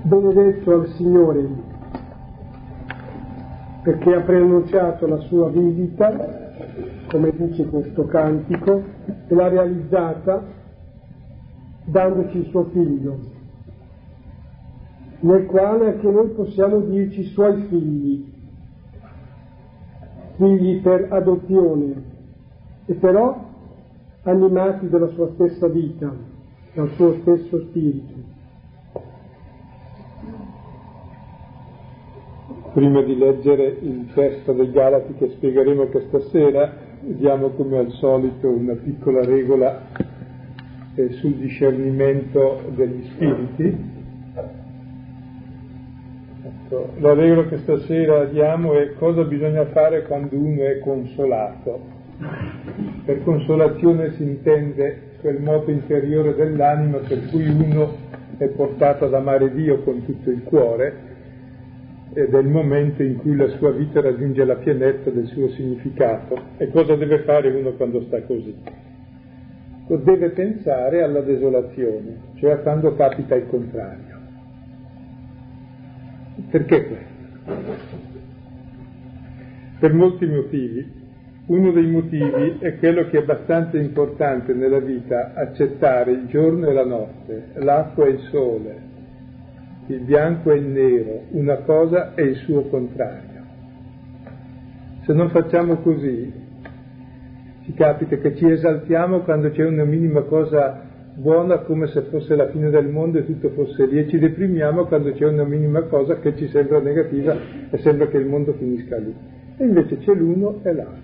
benedetto al Signore, perché ha preannunciato la sua visita, come dice questo cantico, e l'ha realizzata dandoci il suo figlio, nel quale anche noi possiamo dirci suoi figli per adozione, e però animati dalla sua stessa vita, dal suo stesso spirito. Prima di leggere il testo dei Galati che spiegheremo questa sera, diamo come al solito una piccola regola sul discernimento degli spiriti. Ecco, la regola che stasera diamo è cosa bisogna fare quando uno è consolato. Per consolazione si intende quel moto interiore dell'anima per cui uno è portato ad amare Dio con tutto il cuore, ed è il momento in cui la sua vita raggiunge la pienezza del suo significato. E cosa deve fare uno quando sta così? Deve pensare alla desolazione, cioè a quando capita il contrario. Perché questo? Per molti motivi. Uno dei motivi è quello che è abbastanza importante nella vita: accettare il giorno e la notte, l'acqua e il sole, il bianco e il nero, una cosa e il suo contrario. Se non facciamo così, ci capita che ci esaltiamo quando c'è una minima cosa buona, come se fosse la fine del mondo e tutto fosse lì, e ci deprimiamo quando c'è una minima cosa che ci sembra negativa e sembra che il mondo finisca lì. E invece c'è l'uno e l'altro.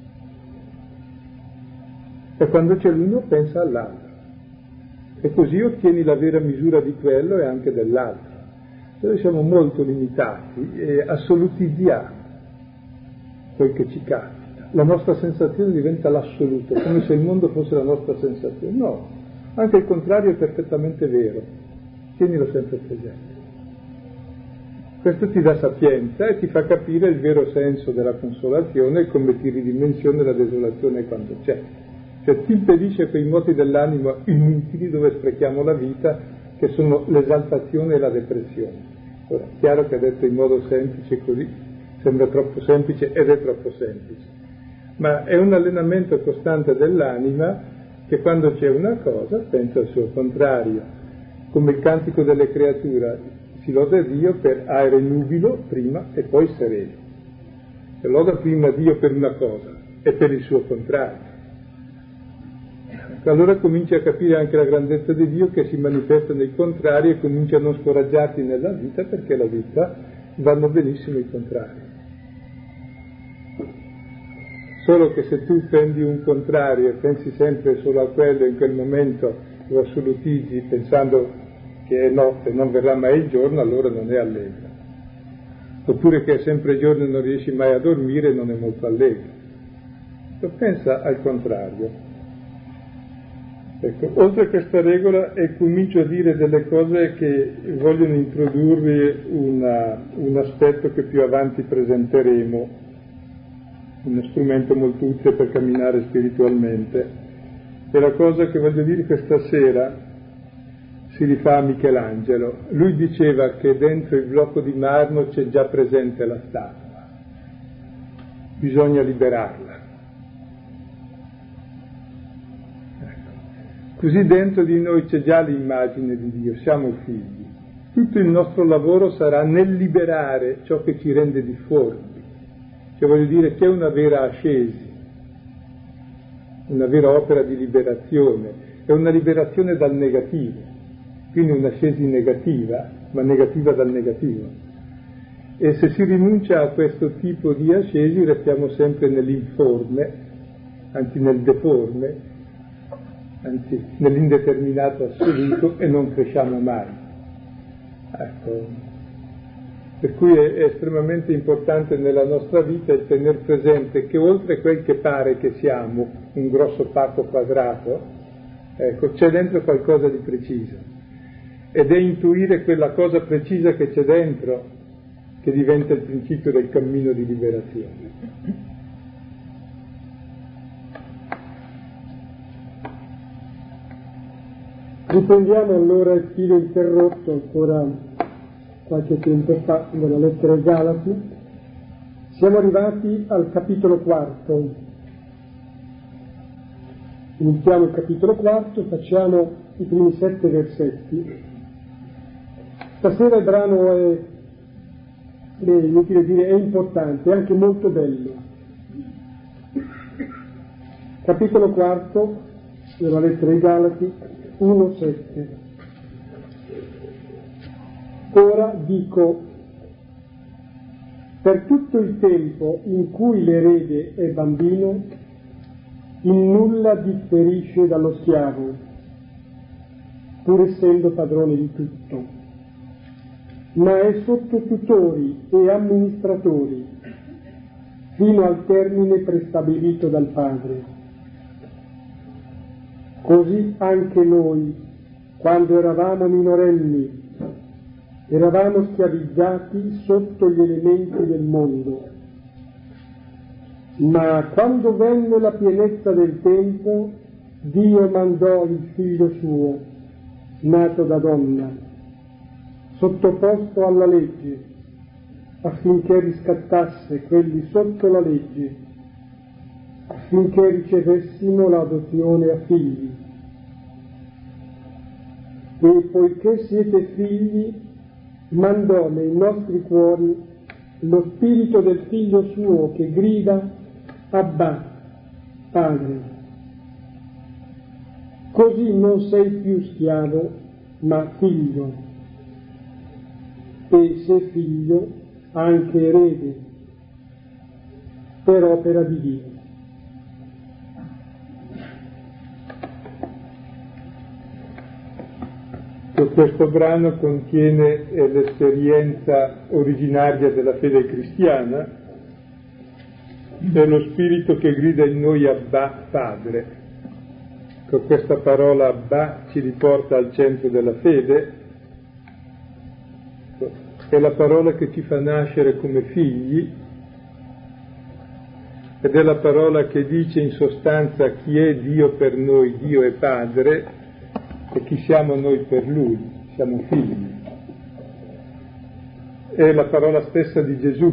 E quando c'è l'uno pensa all'altro. E così ottieni la vera misura di quello e anche dell'altro. Noi siamo molto limitati e assolutizziamo quel che ci capita. La nostra sensazione diventa l'assoluto, come se il mondo fosse la nostra sensazione. No, anche il contrario è perfettamente vero. Tienilo sempre presente. Questo ti dà sapienza e ti fa capire il vero senso della consolazione e come ti ridimensiona la desolazione quando c'è. Cioè ti impedisce quei moti dell'animo inutili dove sprechiamo la vita, che sono l'esaltazione e la depressione. Ora, è chiaro che è detto in modo semplice così, sembra troppo semplice ed è troppo semplice, ma è un allenamento costante dell'anima che quando c'è una cosa pensa al suo contrario, come il cantico delle creature: si loda Dio per aere nubilo prima e poi sereno. Si loda prima Dio per una cosa e per il suo contrario. Allora cominci a capire anche la grandezza di Dio che si manifesta nei contrari e cominci a non scoraggiarti nella vita, perché la vita vanno benissimo i contrari. Solo che se tu prendi un contrario e pensi sempre solo a quello, in quel momento lo assolutizzi pensando che è notte, non verrà mai il giorno, allora non è allegra. Oppure che è sempre giorno e non riesci mai a dormire, non è molto allegra. Pensa al contrario. Ecco, oltre a questa regola, comincio a dire delle cose che vogliono introdurre un aspetto che più avanti presenteremo, uno strumento molto utile per camminare spiritualmente. E la cosa che voglio dire questa sera si rifà a Michelangelo. Lui diceva che dentro il blocco di marmo c'è già presente la statua, bisogna liberarla. Così dentro di noi c'è già l'immagine di Dio, siamo figli. Tutto il nostro lavoro sarà nel liberare ciò che ci rende difformi. Cioè voglio dire, c'è una vera ascesi, una vera opera di liberazione, è una liberazione dal negativo, quindi un'ascesi negativa, ma negativa dal negativo. E se si rinuncia a questo tipo di ascesi restiamo sempre nell'informe, anzi nel deforme, anzi nell'indeterminato assoluto, e non cresciamo mai. Ecco. Per cui è estremamente importante nella nostra vita il tener presente che oltre quel che pare che siamo, un grosso pacco quadrato, ecco, c'è dentro qualcosa di preciso. Ed è intuire quella cosa precisa che c'è dentro che diventa il principio del cammino di liberazione. Riprendiamo allora il filo interrotto ancora qualche tempo fa nella lettera ai Galati. Siamo arrivati al capitolo 4. Iniziamo il capitolo 4, facciamo i primi 7 versetti. Stasera il brano è inutile dire, è importante, è anche molto bello. Capitolo 4 della lettera ai Galati 1:7. Ora dico, per tutto il tempo in cui l'erede è bambino, in nulla differisce dallo schiavo, pur essendo padrone di tutto, ma è sotto tutori e amministratori fino al termine prestabilito dal Padre. Così anche noi, quando eravamo minorenni, eravamo schiavizzati sotto gli elementi del mondo. Ma quando venne la pienezza del tempo, Dio mandò il Figlio suo, nato da donna, sottoposto alla legge, affinché riscattasse quelli sotto la legge, affinché ricevessimo l'adozione a figli. E poiché siete figli, mandò nei nostri cuori lo spirito del Figlio suo che grida Abba, Padre. Così non sei più schiavo, ma figlio, e se figlio, anche erede, per opera di Dio. Questo brano contiene l'esperienza originaria della fede cristiana, è lo spirito che grida in noi Abba, Padre. Con questa parola Abba ci riporta al centro della fede, è la parola che ci fa nascere come figli, ed è la parola che dice in sostanza chi è Dio per noi, Dio è Padre, e chi siamo noi per Lui, siamo figli. È la parola stessa di Gesù,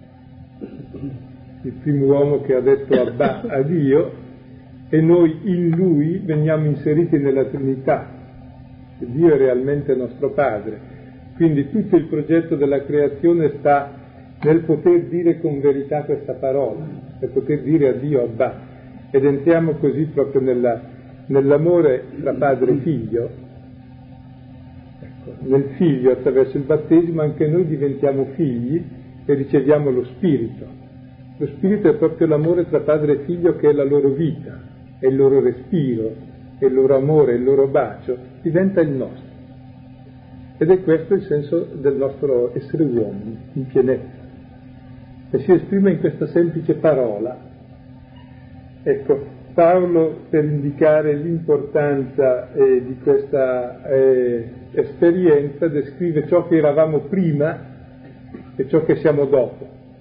il primo uomo che ha detto Abba a Dio, e noi in Lui veniamo inseriti nella Trinità. Dio è realmente nostro Padre. Quindi tutto il progetto della creazione sta nel poter dire con verità questa parola, per poter dire a Dio Abba, ed entriamo così proprio nell'amore tra padre e figlio. Ecco, nel figlio attraverso il battesimo anche noi diventiamo figli e riceviamo lo spirito. Lo spirito è proprio l'amore tra padre e figlio, che è la loro vita, è il loro respiro, è il loro amore, è il loro bacio, diventa il nostro. Ed è questo il senso del nostro essere uomini in pienezza, e si esprime in questa semplice parola. Ecco, Paolo, per indicare l'importanza di questa esperienza, descrive ciò che eravamo prima e ciò che siamo dopo.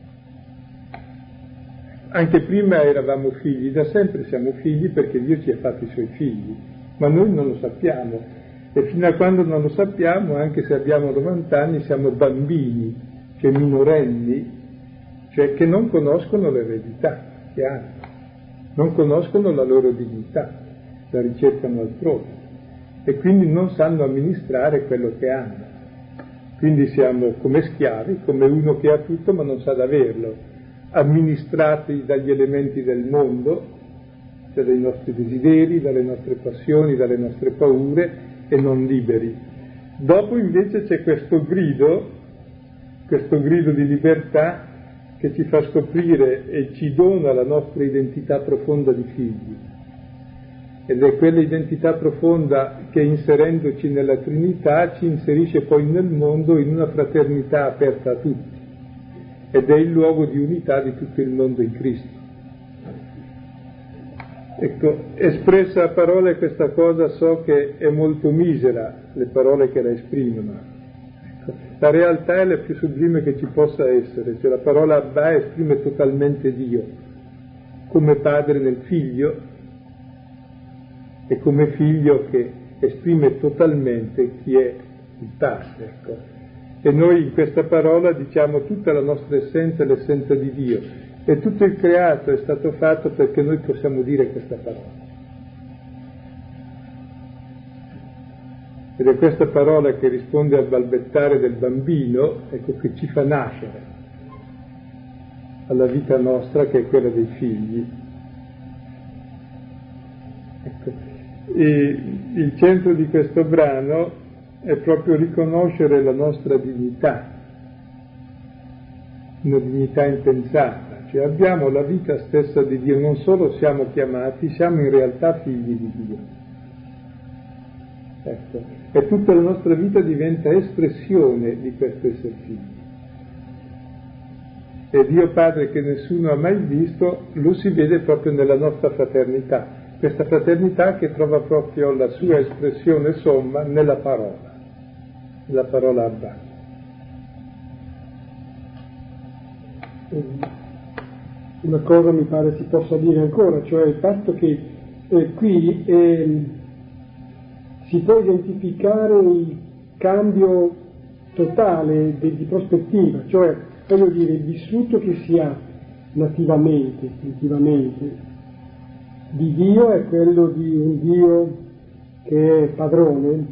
Anche prima eravamo figli, da sempre siamo figli perché Dio ci ha fatto i suoi figli, ma noi non lo sappiamo, e fino a quando non lo sappiamo, anche se abbiamo 90 anni, siamo bambini, cioè minorenni, cioè che non conoscono l'eredità che hanno. Non conoscono la loro dignità, la ricercano altrove e quindi non sanno amministrare quello che hanno. Quindi siamo come schiavi, come uno che ha tutto ma non sa ad averlo, amministrati dagli elementi del mondo, cioè dai nostri desideri, dalle nostre passioni, dalle nostre paure, e non liberi. Dopo invece c'è questo grido di libertà, che ci fa scoprire e ci dona la nostra identità profonda di figli. Ed è quella identità profonda che, inserendoci nella Trinità, ci inserisce poi nel mondo in una fraternità aperta a tutti, ed è il luogo di unità di tutto il mondo in Cristo. Ecco, espressa a parole questa cosa, so che è molto misera le parole che la esprimono. La realtà è la più sublime che ci possa essere, cioè la parola Abba esprime totalmente Dio, come padre nel figlio e come figlio che esprime totalmente chi è il padre. Ecco. E noi in questa parola diciamo tutta la nostra essenza e l'essenza di Dio. E tutto il creato è stato fatto perché noi possiamo dire questa parola. Ed è questa parola che risponde al balbettare del bambino, ecco, che ci fa nascere alla vita nostra, che è quella dei figli. Ecco. E il centro di questo brano è proprio riconoscere la nostra dignità, una dignità impensata, cioè abbiamo la vita stessa di Dio, non solo siamo chiamati, siamo in realtà figli di Dio. Ecco. E tutta la nostra vita diventa espressione di questo essere figli. E Dio Padre che nessuno ha mai visto, lo si vede proprio nella nostra fraternità, questa fraternità che trova proprio la sua espressione somma nella parola Abba. Una cosa mi pare si possa dire ancora, cioè il fatto che qui si può identificare il cambio totale di prospettiva, cioè voglio dire il vissuto che si ha nativamente, istintivamente di Dio è quello di un Dio che è padrone,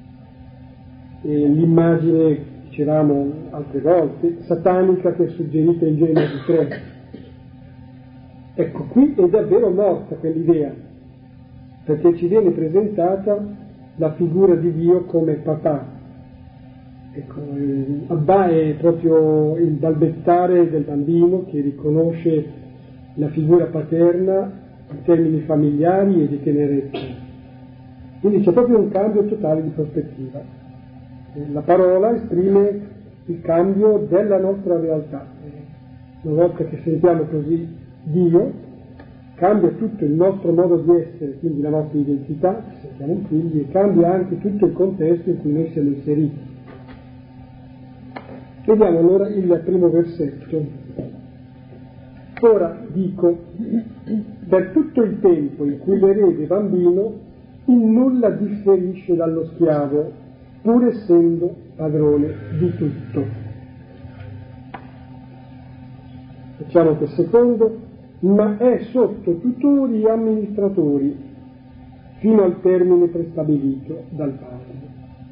e l'immagine, dicevamo altre volte, satanica che è suggerita in Genesi 3. Ecco, qui è davvero morta quell'idea, perché ci viene presentata la figura di Dio come papà. Ecco, Abba è proprio il balbettare del bambino che riconosce la figura paterna in termini familiari e di tenerezza. Quindi c'è proprio un cambio totale di prospettiva. La parola esprime il cambio della nostra realtà. Una volta che sentiamo così Dio, cambia tutto il nostro modo di essere, quindi la nostra identità, se siamo figli, e cambia anche tutto il contesto in cui noi siamo inseriti. Vediamo allora il primo versetto. Ora dico, per tutto il tempo in cui l'erede bambino in nulla differisce dallo schiavo, pur essendo padrone di tutto. Facciamo anche il secondo, ma è sotto tutori e amministratori fino al termine prestabilito dal Padre.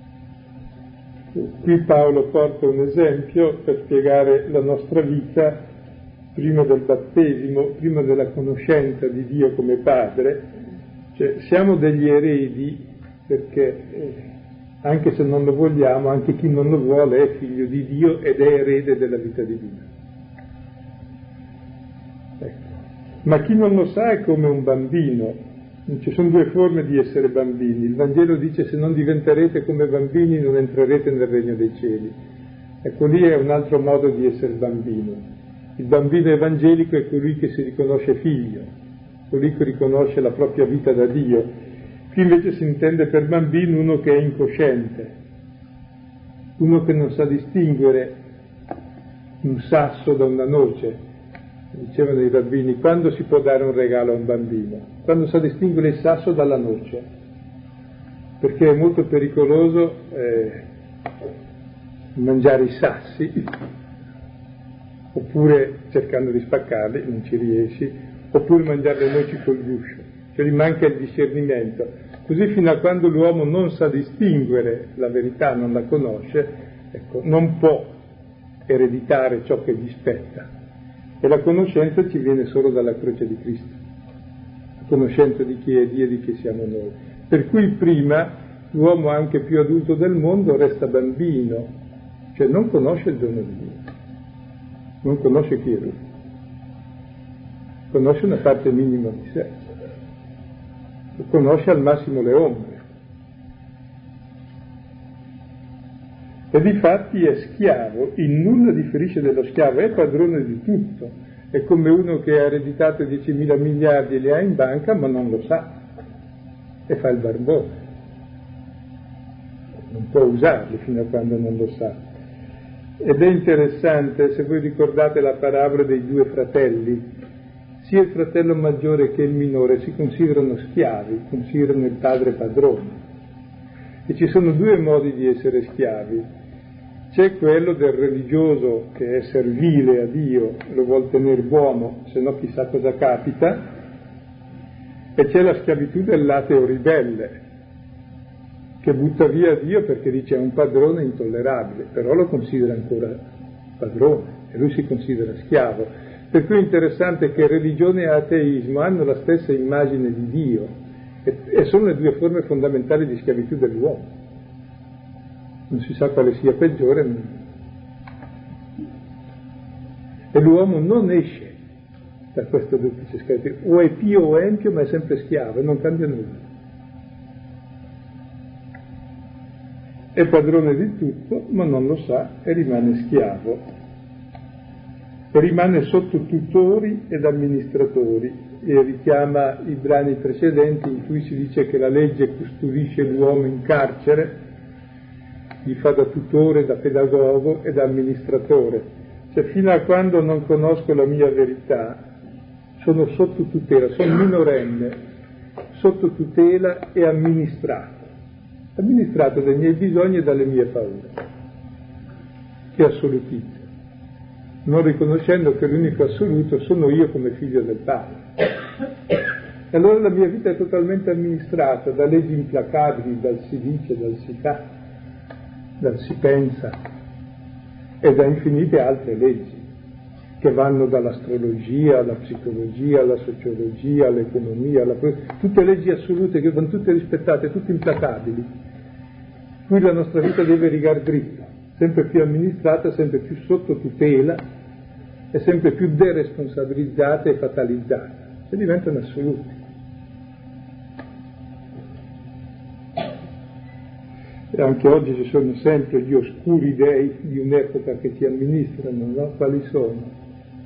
Qui Paolo porta un esempio per spiegare la nostra vita prima del battesimo, prima della conoscenza di Dio come Padre, cioè siamo degli eredi perché anche se non lo vogliamo, anche chi non lo vuole è figlio di Dio ed è erede della vita divina. Ecco. Ma chi non lo sa è come un bambino. Ci sono due forme di essere bambini. Il Vangelo dice: se non diventerete come bambini non entrerete nel regno dei cieli. Ecco, lì è un altro modo di essere bambino. Il bambino evangelico è colui che si riconosce figlio, colui che riconosce la propria vita da Dio. Qui invece si intende per bambino uno che è incosciente, uno che non sa distinguere un sasso da una noce. Dicevano i rabbini: quando si può dare un regalo a un bambino? Quando sa distinguere il sasso dalla noce, perché è molto pericoloso mangiare i sassi, oppure cercando di spaccarli, non ci riesci, oppure mangiare le noci col guscio, cioè gli manca il discernimento. Così fino a quando l'uomo non sa distinguere la verità, non la conosce, ecco, non può ereditare ciò che gli spetta. E la conoscenza ci viene solo dalla croce di Cristo, la conoscenza di chi è Dio e di chi siamo noi. Per cui prima l'uomo anche più adulto del mondo resta bambino, cioè non conosce il dono di Dio, non conosce chi è Lui, conosce una parte minima di sé, conosce al massimo le ombre. E difatti è schiavo, in nulla differisce dello schiavo, è padrone di tutto, è come uno che ha ereditato 10.000 miliardi e li ha in banca ma non lo sa e fa il barbone, non può usarli fino a quando non lo sa. Ed è interessante, se voi ricordate la parabola dei due fratelli, sia il fratello maggiore che il minore si considerano schiavi, considerano il padre padrone. E ci sono due modi di essere schiavi. C'è quello del religioso che è servile a Dio, lo vuol tenere buono, se no chissà cosa capita, e c'è la schiavitù dell'ateo ribelle, che butta via Dio perché dice è un padrone intollerabile, però lo considera ancora padrone e lui si considera schiavo. Per cui è interessante che religione e ateismo hanno la stessa immagine di Dio e sono le due forme fondamentali di schiavitù dell'uomo. Non si sa quale sia peggiore, e l'uomo non esce da questa duplice schiavitù, o è pio o empio, ma è sempre schiavo e non cambia nulla. È padrone di tutto, ma non lo sa e rimane schiavo, e rimane sotto tutori ed amministratori, e richiama i brani precedenti in cui si dice che la legge custodisce l'uomo in carcere, gli fa da tutore, da pedagogo e da amministratore. Cioè fino a quando non conosco la mia verità sono sotto tutela, sono minorenne, sotto tutela e amministrato dai miei bisogni e dalle mie paure, che assolutizzo, non riconoscendo che l'unico assoluto sono io come figlio del Padre. E allora la mia vita è totalmente amministrata da leggi implacabili, dal si dice, dal si fa, dal si pensa, e da infinite altre leggi che vanno dall'astrologia alla psicologia, alla sociologia, all'economia, tutte leggi assolute che vanno tutte rispettate, tutte implacabili, cui la nostra vita deve rigar dritto, sempre più amministrata, sempre più sotto tutela e sempre più deresponsabilizzata e fatalizzata, e diventano assoluti. E anche oggi ci sono sempre gli oscuri dei di un'epoca che ci amministrano, no? Quali sono?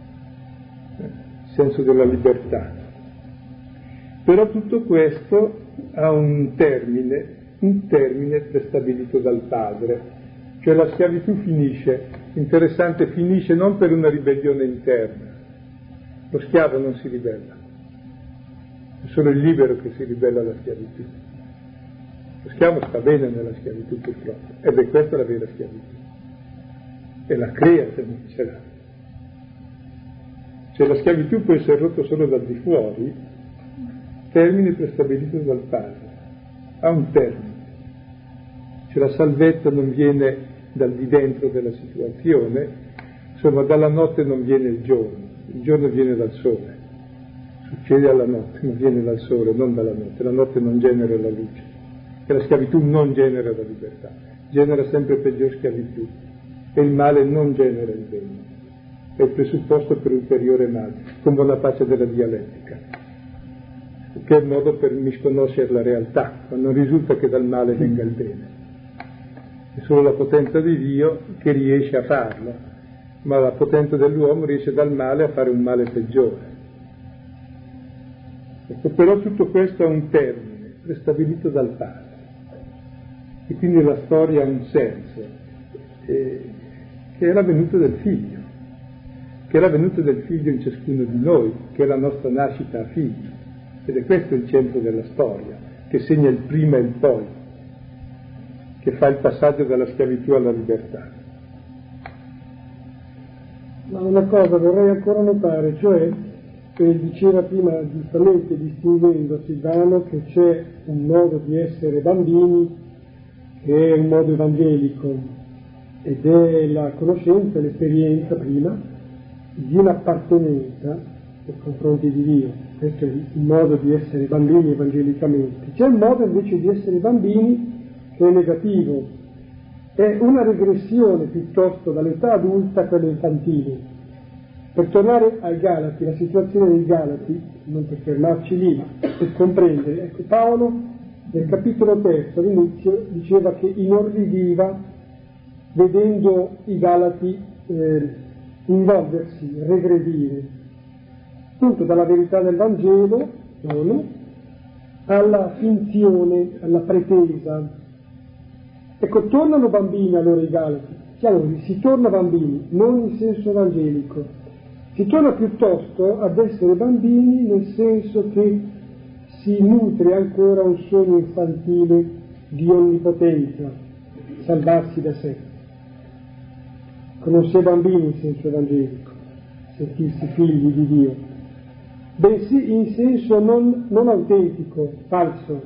Il senso della libertà. Però tutto questo ha un termine prestabilito dal Padre, cioè la schiavitù finisce, interessante, finisce non per una ribellione interna, lo schiavo non si ribella, è solo il libero che si ribella alla schiavitù. Lo schiavo sta bene nella schiavitù purtroppo, ed è questa la vera schiavitù, e la crea se non ce l'ha. Cioè la schiavitù può essere rotta solo dal di fuori, termine prestabilito dal Padre, ha un termine. Cioè la salvezza non viene dal di dentro della situazione, insomma dalla notte non viene il giorno viene dal sole, succede alla notte, ma viene dal sole, non dalla notte, la notte non genera la luce, e la schiavitù non genera la libertà, genera sempre peggior schiavitù, e il male non genera il bene. È il presupposto per ulteriore male, con buona pace della dialettica, che è il modo per misconoscere la realtà, ma non risulta che dal male venga il bene. È solo la potenza di Dio che riesce a farlo, ma la potenza dell'uomo riesce dal male a fare un male peggiore. Ecco, però tutto questo ha un termine, prestabilito dal Padre, e quindi la storia ha un senso, che è la venuta del Figlio, che è la venuta del Figlio in ciascuno di noi, che è la nostra nascita a figlio, ed è questo il centro della storia, che segna il prima e il poi, che fa il passaggio dalla schiavitù alla libertà. Ma una cosa vorrei ancora notare, cioè, diceva prima giustamente, distinguendo Silvano, che c'è un modo di essere bambini che è un modo evangelico, ed è la conoscenza, l'esperienza prima, di un'appartenenza nei confronti di Dio. Questo è il modo di essere bambini evangelicamente. C'è un modo invece di essere bambini che è negativo, è una regressione piuttosto dall'età adulta a quella infantile. Per tornare ai Galati, la situazione dei Galati, non per fermarci lì, ma per comprendere, ecco, Paolo nel capitolo 3 all'inizio diceva che inorridiva vedendo i Galati involversi, regredire, appunto dalla verità del Vangelo, alla finzione, alla pretesa. Ecco, tornano bambini allora i Galati, si torna bambini, non in senso evangelico, si torna piuttosto ad essere bambini nel senso che si nutre ancora un sogno infantile di onnipotenza, salvarsi da sé. non si è bambini in senso evangelico, sentirsi figli di Dio, bensì in senso non autentico, falso.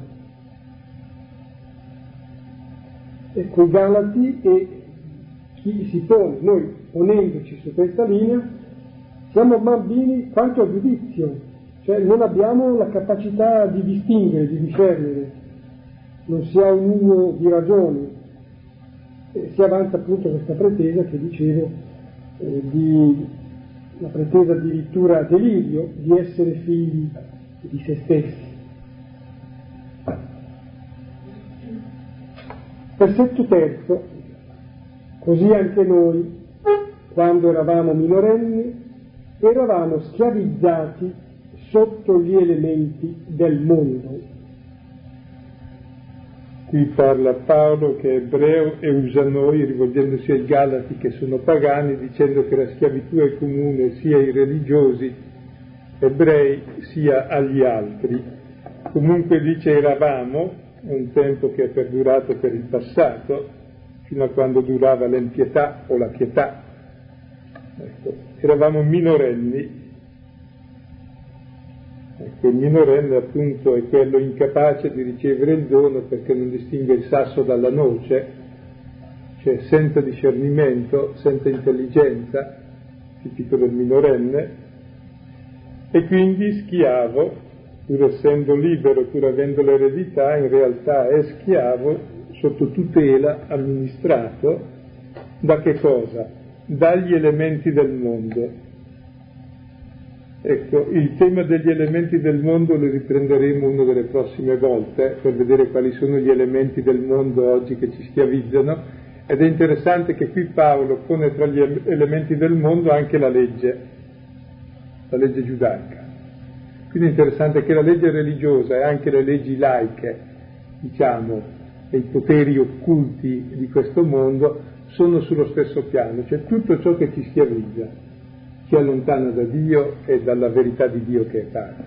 Ecco, i Galati e chi si pone, noi ponendoci su questa linea, siamo bambini quanto a giudizio, cioè non abbiamo la capacità di distinguere, di discernere, non si ha un uno di ragione. Si avanza appunto questa pretesa che dicevo, la pretesa addirittura delirio di essere figli di se stessi. Versetto terzo: così anche noi, quando eravamo minorenni, eravamo schiavizzati sotto gli elementi del mondo. Qui parla Paolo, che è ebreo, e usa noi, rivolgendosi ai Galati che sono pagani, dicendo che la schiavitù è comune sia ai religiosi ebrei sia agli altri. Comunque dice eravamo, è un tempo che è perdurato per il passato, fino a quando durava l'impietà o la pietà. Ecco, eravamo minorenni. Ecco, il minorenne appunto è quello incapace di ricevere il dono perché non distingue il sasso dalla noce, cioè senza discernimento, senza intelligenza, tipico del minorenne, e quindi schiavo, pur essendo libero, pur avendo l'eredità, in realtà è schiavo sotto tutela, amministrato, da che cosa? Dagli elementi del mondo. Ecco, il tema degli elementi del mondo lo riprenderemo una delle prossime volte per vedere quali sono gli elementi del mondo oggi che ci schiavizzano, ed è interessante che qui Paolo pone tra gli elementi del mondo anche la legge giudaica. Quindi è interessante che la legge religiosa e anche le leggi laiche, diciamo, e i poteri occulti di questo mondo sono sullo stesso piano, cioè tutto ciò che ci schiavizza, ci allontana da Dio e dalla verità di Dio che è Padre.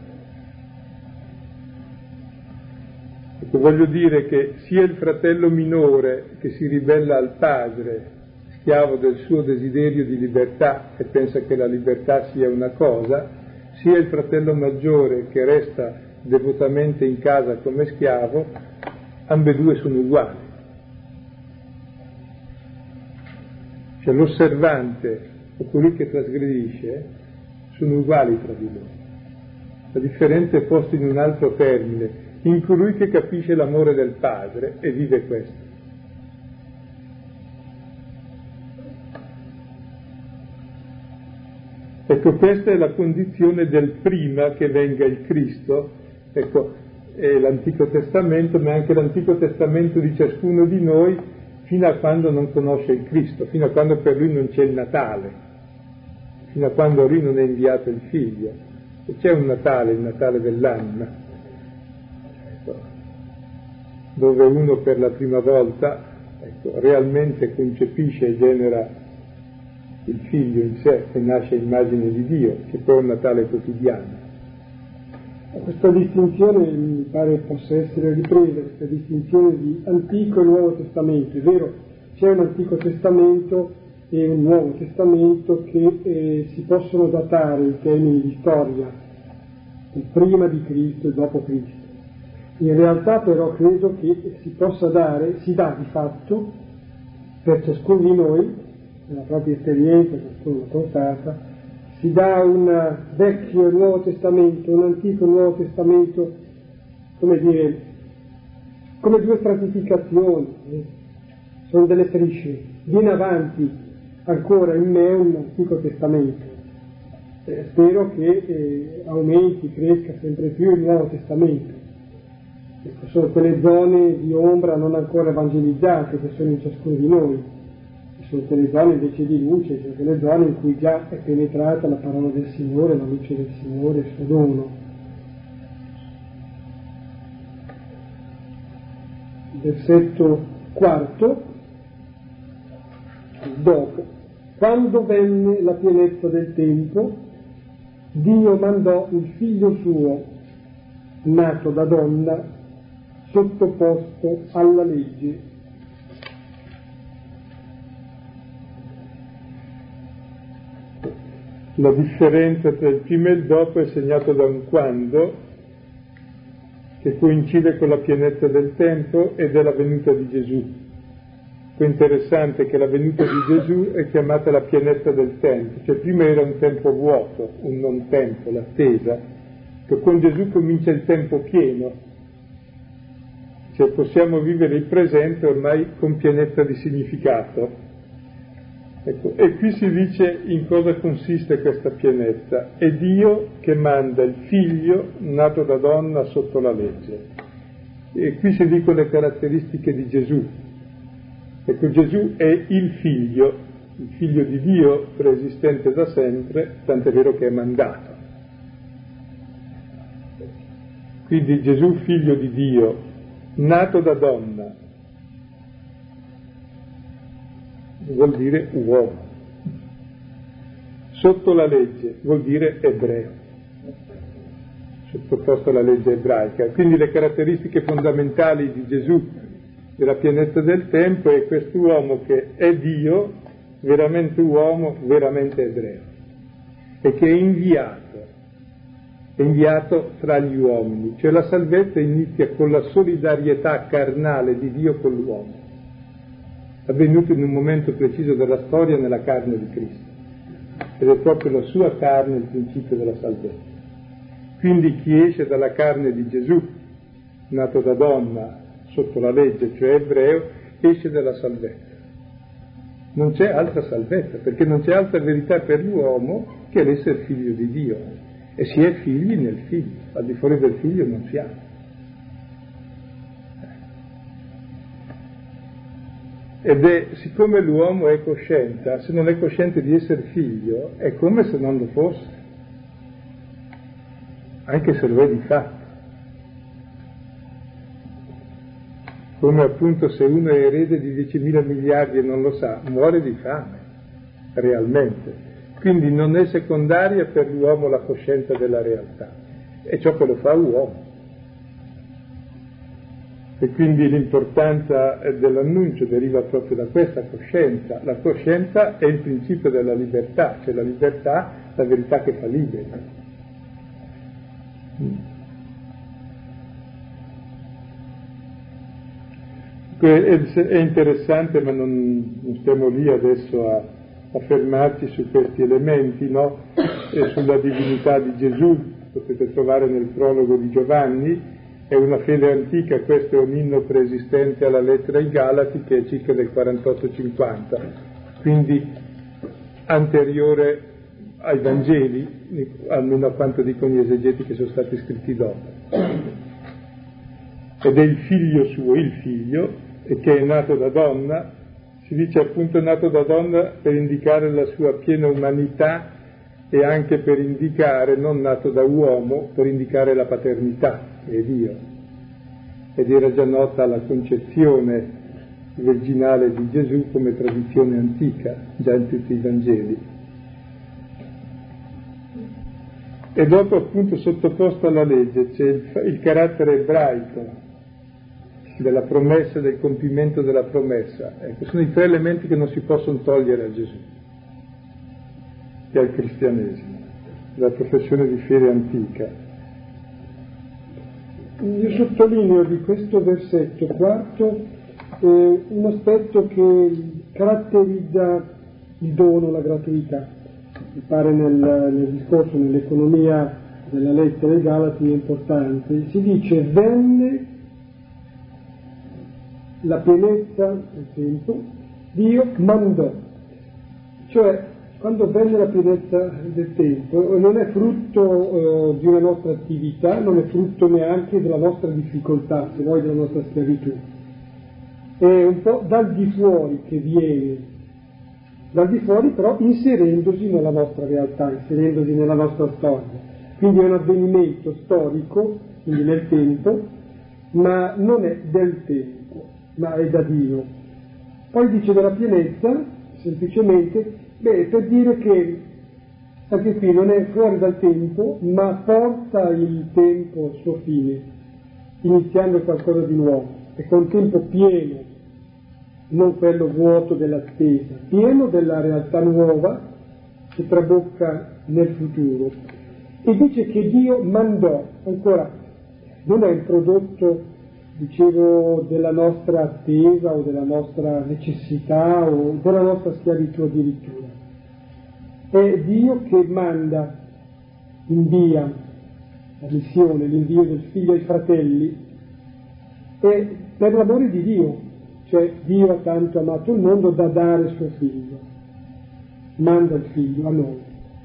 Ecco, voglio dire che sia il fratello minore che si ribella al padre, schiavo del suo desiderio di libertà e pensa che la libertà sia una cosa, sia il fratello maggiore che resta devotamente in casa come schiavo, ambedue sono uguali. Cioè l'osservante o colui che trasgredisce sono uguali tra di loro. La differenza è posta in un altro termine, in colui che capisce l'amore del Padre e vive questo. Ecco, questa è la condizione del prima che venga il Cristo. Ecco, è l'Antico Testamento, ma anche l'Antico Testamento di ciascuno di noi, fino a quando non conosce il Cristo, fino a quando per lui non c'è il Natale, fino a quando lui non è inviato il Figlio. E c'è un Natale, il Natale dell'anima, dove uno per la prima volta, ecco, realmente concepisce e genera il Figlio in sé e nasce immagine di Dio, che poi è un Natale quotidiano. Questa distinzione mi pare possa essere ripresa, questa distinzione di Antico e Nuovo Testamento. È vero, c'è un Antico Testamento e un Nuovo Testamento che si possono datare in termini di storia, prima di Cristo e dopo Cristo. In realtà però credo che si dà di fatto per ciascuno di noi, nella propria esperienza, ciascuno la constata, si dà un vecchio e nuovo testamento, un antico e nuovo testamento, come dire, come due stratificazioni, sono delle strisce. Viene avanti ancora in me un antico testamento. Spero che aumenti, cresca sempre più il nuovo testamento. Sono quelle zone di ombra non ancora evangelizzate che sono in ciascuno di noi. Sono quelle zone invece di luce, sono quelle zone in cui già è penetrata la parola del Signore, la luce del Signore, il suo dono. Versetto 4, dopo. Quando venne la pienezza del tempo, Dio mandò il figlio suo, nato da donna, sottoposto alla legge. La differenza tra il prima e il dopo è segnato da un quando che coincide con la pienezza del tempo e della venuta di Gesù. È interessante che la venuta di Gesù è chiamata la pienezza del tempo, cioè prima era un tempo vuoto, un non tempo, l'attesa, che con Gesù comincia il tempo pieno, cioè possiamo vivere il presente ormai con pienezza di significato. Ecco, e qui si dice in cosa consiste questa pienezza. È Dio che manda il figlio nato da donna sotto la legge. E qui si dicono le caratteristiche di Gesù. Ecco, Gesù è il figlio di Dio preesistente da sempre, tant'è vero che è mandato. Quindi Gesù figlio di Dio, nato da donna, vuol dire uomo. Sotto la legge vuol dire ebreo, sottoposto alla legge ebraica. Quindi le caratteristiche fondamentali di Gesù, della pienezza del tempo, è quest'uomo che è Dio, veramente uomo, veramente ebreo, e che è inviato tra gli uomini, cioè la salvezza inizia con la solidarietà carnale di Dio con l'uomo, avvenuto in un momento preciso della storia nella carne di Cristo, ed è proprio la sua carne il principio della salvezza. Quindi chi esce dalla carne di Gesù, nato da donna sotto la legge, cioè ebreo, esce dalla salvezza. Non c'è altra salvezza, perché non c'è altra verità per l'uomo che l'essere figlio di Dio, e si è figli nel figlio, al di fuori del figlio non si ha. Ed è, siccome l'uomo è coscienza, se non è cosciente di essere figlio, è come se non lo fosse, anche se lo è di fatto. Come appunto se uno è erede di 10.000 miliardi e non lo sa, muore di fame, realmente. Quindi non è secondaria per l'uomo la coscienza della realtà, è ciò che lo fa uomo. E quindi l'importanza dell'annuncio deriva proprio da questa coscienza. La coscienza è il principio della libertà, cioè la libertà, la verità che fa liberi. È interessante, ma non stiamo lì adesso a fermarci su questi elementi, no? E sulla divinità di Gesù, potete trovare nel prologo di Giovanni. È una fede antica, questo è un inno preesistente alla lettera ai Galati che è circa del 48-50, quindi anteriore ai Vangeli, almeno a quanto dicono gli esegeti che sono stati scritti dopo. Ed è il figlio suo, il figlio, e che è nato da donna, si dice appunto nato da donna per indicare la sua piena umanità e anche per indicare, non nato da uomo, per indicare la paternità, che è Dio. Ed era già nota la concezione virginale di Gesù come tradizione antica, già in tutti i Vangeli. E dopo appunto sottoposto alla legge c'è il carattere ebraico della promessa e del compimento della promessa. Ecco, sono i tre elementi che non si possono togliere a Gesù e al cristianesimo, la professione di fede antica. Io sottolineo di questo versetto quarto un aspetto che caratterizza il dono, la gratuità. Mi pare nel discorso, nell'economia della lettera ai Galati è importante. Si dice venne la pienezza del tempo, Dio mandò. Cioè, quando venne la pienezza del tempo, non è frutto di una nostra attività, non è frutto neanche della nostra difficoltà, se vuoi della nostra schiavitù. È un po' dal di fuori che viene, dal di fuori però inserendosi nella nostra realtà, inserendosi nella nostra storia. Quindi è un avvenimento storico, quindi nel tempo, ma non è del tempo, ma è da Dio. Poi dice della pienezza, semplicemente, per dire che anche qui non è fuori dal tempo, ma porta il tempo al suo fine, iniziando qualcosa di nuovo, e con tempo pieno, non quello vuoto dell'attesa, pieno della realtà nuova che trabocca nel futuro. E dice che Dio mandò, ancora, non è il prodotto, dicevo, della nostra attesa o della nostra necessità o della nostra schiavitù addirittura. È Dio che manda, invia la missione, l'invio del figlio ai fratelli, è per l'amore di Dio, cioè Dio ha tanto amato il mondo da dare suo figlio, manda il figlio a noi.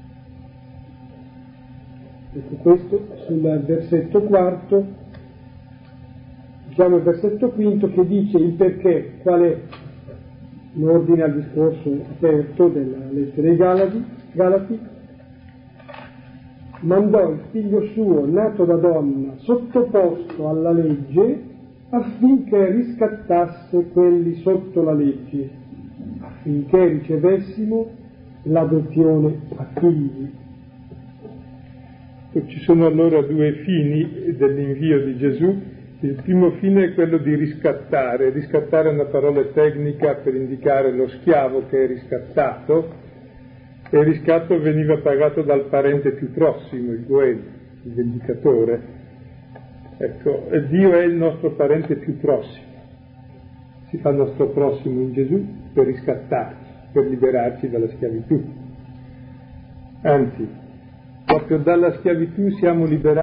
Ecco questo sul versetto quarto, diciamo il versetto quinto che dice il perché, qual è, in ordine al discorso aperto della lettera ai Galati, mandò il figlio suo nato da donna sottoposto alla legge affinché riscattasse quelli sotto la legge, affinché ricevessimo l'adozione a figli. Ci sono allora due fini dell'invio di Gesù. Il primo fine è quello di riscattare. Riscattare è una parola tecnica per indicare lo schiavo che è riscattato, e il riscatto veniva pagato dal parente più prossimo, il Goel, il vendicatore. Ecco, Dio è il nostro parente più prossimo. Si fa il nostro prossimo in Gesù per riscattarci, per liberarci dalla schiavitù. Anzi, proprio dalla schiavitù siamo liberati.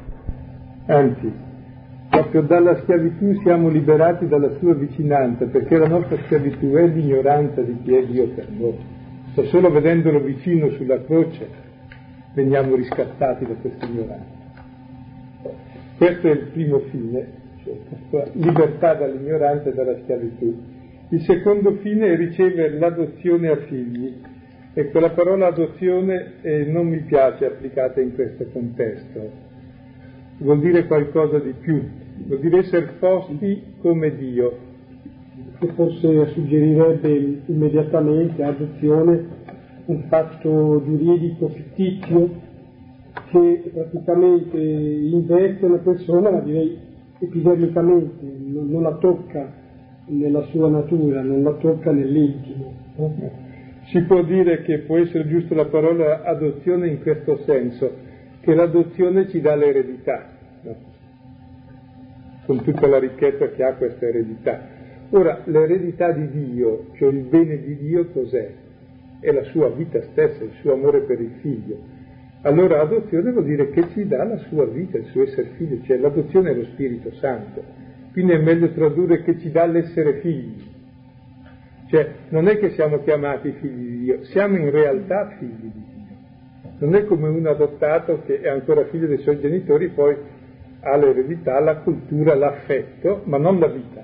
Proprio dalla schiavitù siamo liberati dalla sua vicinanza, perché la nostra schiavitù è l'ignoranza di chi è Dio per noi. Solo vedendolo vicino sulla croce veniamo riscattati da questa ignoranza. Questo è il primo fine, cioè questa libertà dall'ignoranza e dalla schiavitù. Il secondo fine è ricevere l'adozione a figli. Ecco, la parola adozione non mi piace applicata in questo contesto. Vuol dire qualcosa di più, vuol dire essere posti come Dio. Che forse suggerirebbe immediatamente adozione un fatto giuridico fittizio che praticamente investe una persona, ma direi epidermicamente, non la tocca nella sua natura, non la tocca nell'intimo. Si può dire che può essere giusta la parola adozione in questo senso, che l'adozione ci dà l'eredità, no? Con tutta la ricchezza che ha questa eredità. Ora, l'eredità di Dio, cioè il bene di Dio, cos'è? È la sua vita stessa, il suo amore per il figlio. Allora adozione vuol dire che ci dà la sua vita, il suo essere figlio, cioè l'adozione è lo Spirito Santo. Quindi è meglio tradurre che ci dà l'essere figli. Cioè, non è che siamo chiamati figli di Dio, siamo in realtà figli di Dio. Non è come un adottato che è ancora figlio dei suoi genitori, poi ha l'eredità, la cultura, l'affetto, ma non la vita.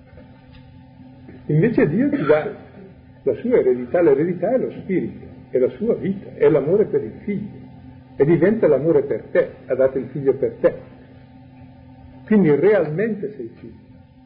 Invece Dio ti dà la sua eredità, l'eredità è lo spirito, è la sua vita, è l'amore per il figlio, e diventa l'amore per te, ha dato il figlio per te. Quindi realmente sei figlio.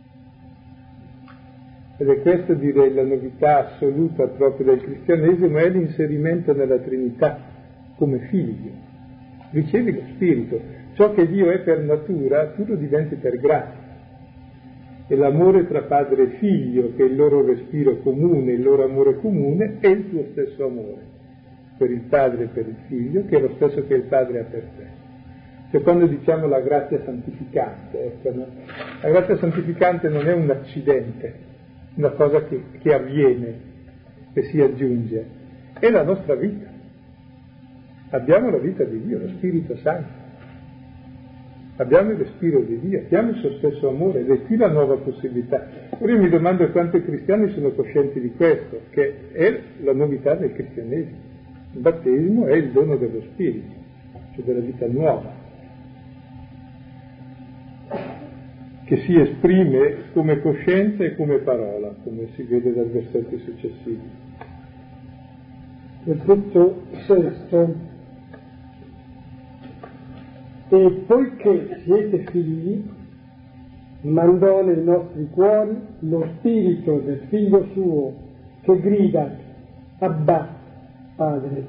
Ed è questa, direi, la novità assoluta proprio del cristianesimo, è l'inserimento nella Trinità come figlio. Ricevi lo spirito, ciò che Dio è per natura, tu lo diventi per grazia. E l'amore tra padre e figlio, che è il loro respiro comune, il loro amore comune, è il tuo stesso amore per il padre e per il figlio, che è lo stesso che il padre ha per te. Cioè, quando diciamo la grazia santificante, ecco, no? La grazia santificante non è un accidente, una cosa che avviene, che si aggiunge, è la nostra vita. Abbiamo la vita di Dio, lo Spirito Santo. Abbiamo il respiro di Dio, abbiamo il suo stesso amore, ed è qui la nuova possibilità. Ora io mi domando quanti cristiani sono coscienti di questo, che è la novità del cristianesimo. Il battesimo è il dono dello Spirito, cioè della vita nuova, che si esprime come coscienza e come parola, come si vede dai versetti successivi. Versetto sesto. E poiché siete figli, mandò nei nostri cuori lo spirito del figlio suo che grida Abba, Padre.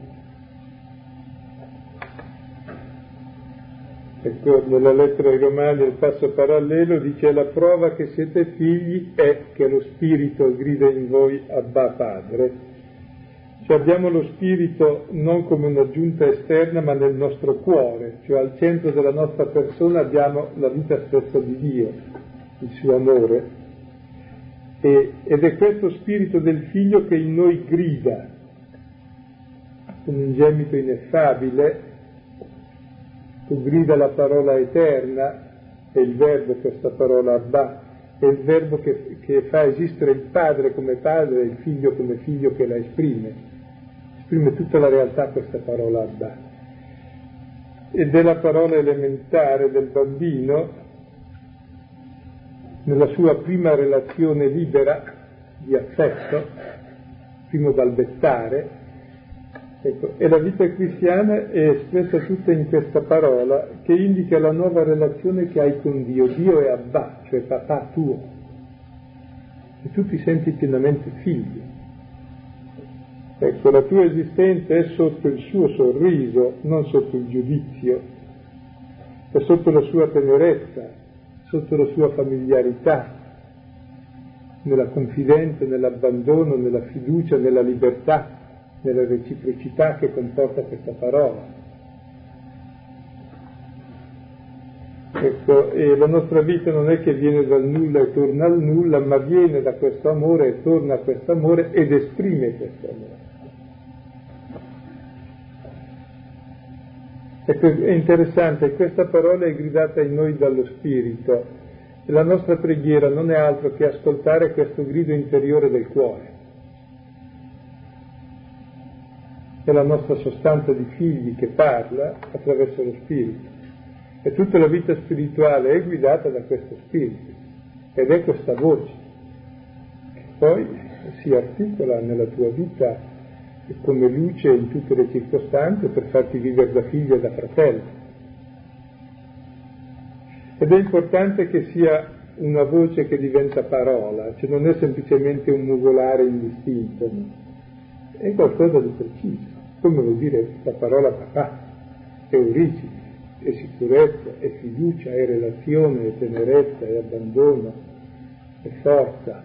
Ecco, nella lettera ai Romani, il passo parallelo, dice: la prova che siete figli è che lo spirito grida in voi Abba, Padre. Cioè abbiamo lo spirito non come un'aggiunta esterna, ma nel nostro cuore, cioè al centro della nostra persona abbiamo la vita stessa di Dio, il suo amore, ed è questo spirito del Figlio che in noi grida, con un gemito ineffabile, che grida la parola eterna, è il Verbo, questa parola Abba, è il Verbo che fa esistere il Padre come Padre e il Figlio come Figlio che la esprime tutta la realtà questa parola Abba. Ed è la parola elementare del bambino nella sua prima relazione libera di affetto, primo balbettare, ecco, e la vita cristiana è espressa tutta in questa parola che indica la nuova relazione che hai con Dio. Dio è Abba, cioè papà tuo, e tu ti senti pienamente figlio. Ecco, la tua esistenza è sotto il suo sorriso, non sotto il giudizio, è sotto la sua tenerezza, sotto la sua familiarità, nella confidenza, nell'abbandono, nella fiducia, nella libertà, nella reciprocità che comporta questa parola. Ecco, e la nostra vita non è che viene dal nulla e torna al nulla, ma viene da questo amore e torna a questo amore ed esprime questo amore. Ecco, è interessante, questa parola è gridata in noi dallo Spirito e la nostra preghiera non è altro che ascoltare questo grido interiore del cuore. È la nostra sostanza di figli che parla attraverso lo Spirito e tutta la vita spirituale è guidata da questo Spirito ed è questa voce che poi si articola nella tua vita come luce in tutte le circostanze per farti vivere da figlio e da fratello. Ed è importante che sia una voce che diventa parola, cioè non è semplicemente un mugolare indistinto, è qualcosa di preciso, come vuol dire la parola papà, è origine, è sicurezza, è fiducia, è relazione, è tenerezza, è abbandono, è forza.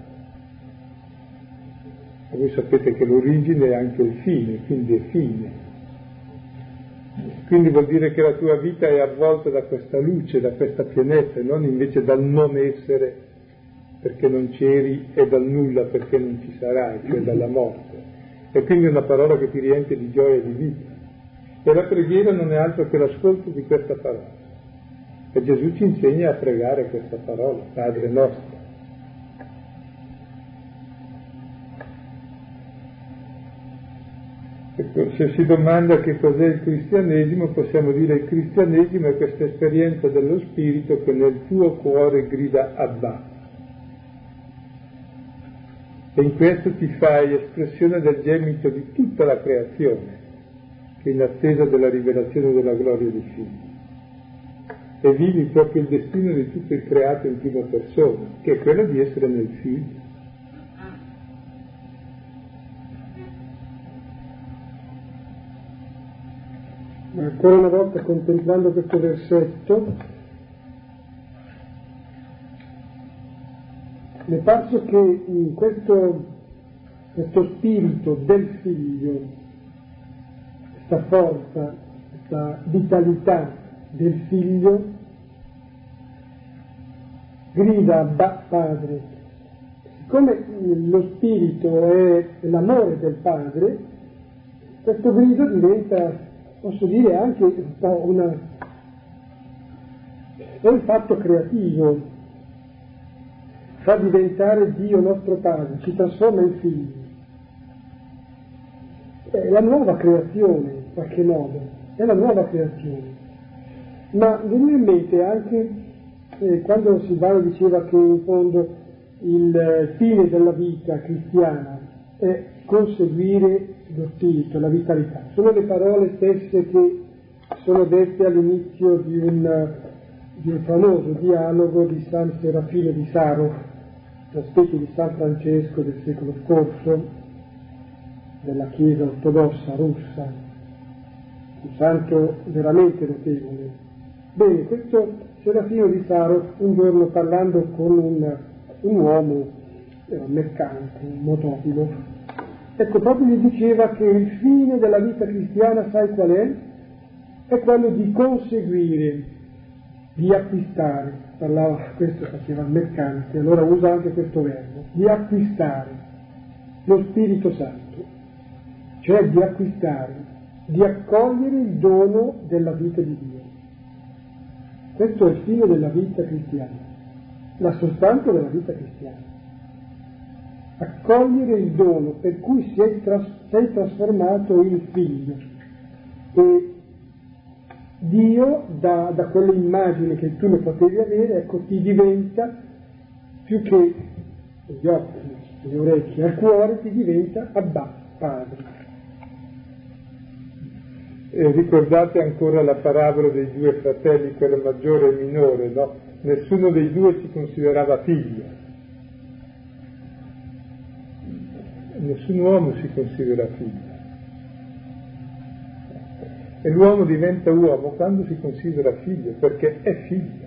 E voi sapete che l'origine è anche il fine, quindi è fine. Quindi vuol dire che la tua vita è avvolta da questa luce, da questa pienezza, e non invece dal non essere perché non c'eri e dal nulla perché non ci sarai, cioè dalla morte. E quindi è una parola che ti riempie di gioia e di vita. E la preghiera non è altro che l'ascolto di questa parola. E Gesù ci insegna a pregare questa parola, Padre nostro. Ecco, se si domanda che cos'è il cristianesimo, possiamo dire che il cristianesimo è questa esperienza dello Spirito che nel tuo cuore grida Abba. E in questo ti fai espressione del gemito di tutta la creazione, che è in attesa della rivelazione della gloria dei figli. E vivi proprio il destino di tutto il creato in prima persona, che è quello di essere nel figlio. Ancora una volta, contemplando questo versetto, mi è parso che questo spirito del figlio, questa forza, questa vitalità del figlio, grida Abba Padre. Siccome lo spirito è l'amore del padre, questo grido diventa, posso dire, anche un po' è un fatto creativo, fa diventare Dio nostro Padre, ci trasforma in figli. È la nuova creazione, in qualche modo, è la nuova creazione. Ma mi viene in mente anche quando Silvano diceva che in fondo il fine della vita cristiana è conseguire lo spirito, la vitalità. Sono le parole stesse che sono dette all'inizio di un famoso dialogo di San Serafino di Saro, una specie di San Francesco del secolo scorso, della Chiesa ortodossa russa, un santo veramente notevole. Bene, questo Serafino di Saro un giorno, parlando con un uomo, un mercante, un notobile, Ecco, proprio mi diceva che il fine della vita cristiana, sai qual è? È quello di conseguire, di acquistare, parlava, questo faceva il mercante, allora usa anche questo verbo, di acquistare lo Spirito Santo, cioè di acquistare, di accogliere il dono della vita di Dio. Questo è il fine della vita cristiana, la sostanza della vita cristiana. Accogliere il dono per cui sei trasformato in figlio. E Dio, da quell'immagine che tu ne potevi avere, ecco, ti diventa, più che gli occhi, le orecchie, al cuore, ti diventa Abba, Padre. Ricordate ancora la parabola dei due fratelli, quello maggiore e minore, no? Nessuno dei due si considerava figlio. Nessun uomo si considera figlio. E l'uomo diventa uomo quando si considera figlio, perché è figlio.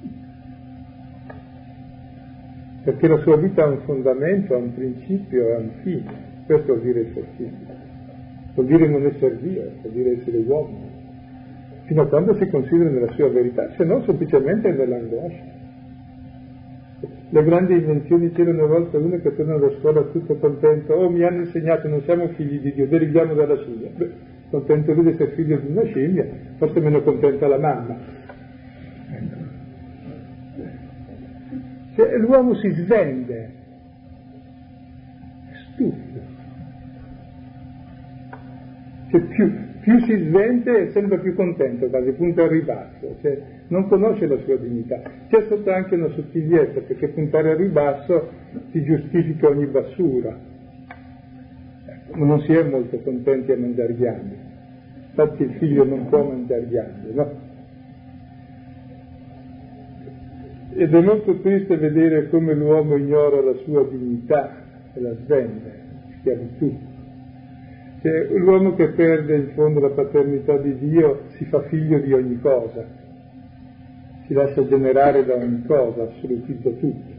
Perché la sua vita ha un fondamento, ha un principio, ha un fine. Questo vuol dire essere figlio. Vuol dire non essere Dio, vuol dire essere uomo. Fino a quando si considera nella sua verità, se no semplicemente nell'angoscia. Le grandi invenzioni, c'era una volta uno che torna da scuola tutto contento: oh, mi hanno insegnato, non siamo figli di Dio, deriviamo dalla scimmia. Beh, contento lui di essere figlio di una scimmia, forse meno contenta la mamma. Cioè, l'uomo si svende, è stupido. Cioè, più si svende sembra più contento, quasi punta al ribasso, cioè, non conosce la sua dignità. C'è sotto anche una sottigliezza, perché puntare al ribasso ti giustifica ogni bassura. Ma non si è molto contenti a mangiare ghiande. Infatti il figlio non può mangiare ghiande, no? Ed è molto triste vedere come l'uomo ignora la sua dignità e la svende, schiavitù. Cioè, l'uomo che perde in fondo la paternità di Dio si fa figlio di ogni cosa, si lascia generare da ogni cosa, assolutizza tutto.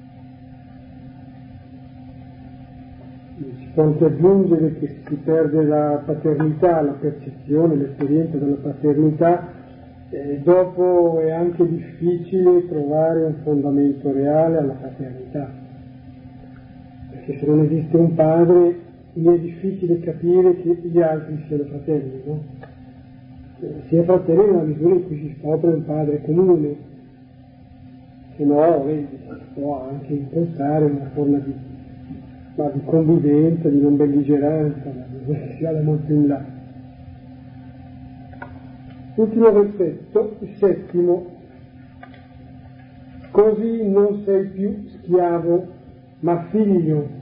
Si può anche aggiungere che si perde la paternità, la percezione, l'esperienza della paternità, dopo è anche difficile trovare un fondamento reale alla paternità, perché se non esiste un padre mi è difficile capire che gli altri siano fratelli, no? Si è fratelli nella misura in cui si scopre un padre comune, se no, vedi, si può anche impostare una forma di convivenza, di non belligeranza, ma si va molto in là. Ultimo versetto, il 7: così non sei più schiavo, ma figlio,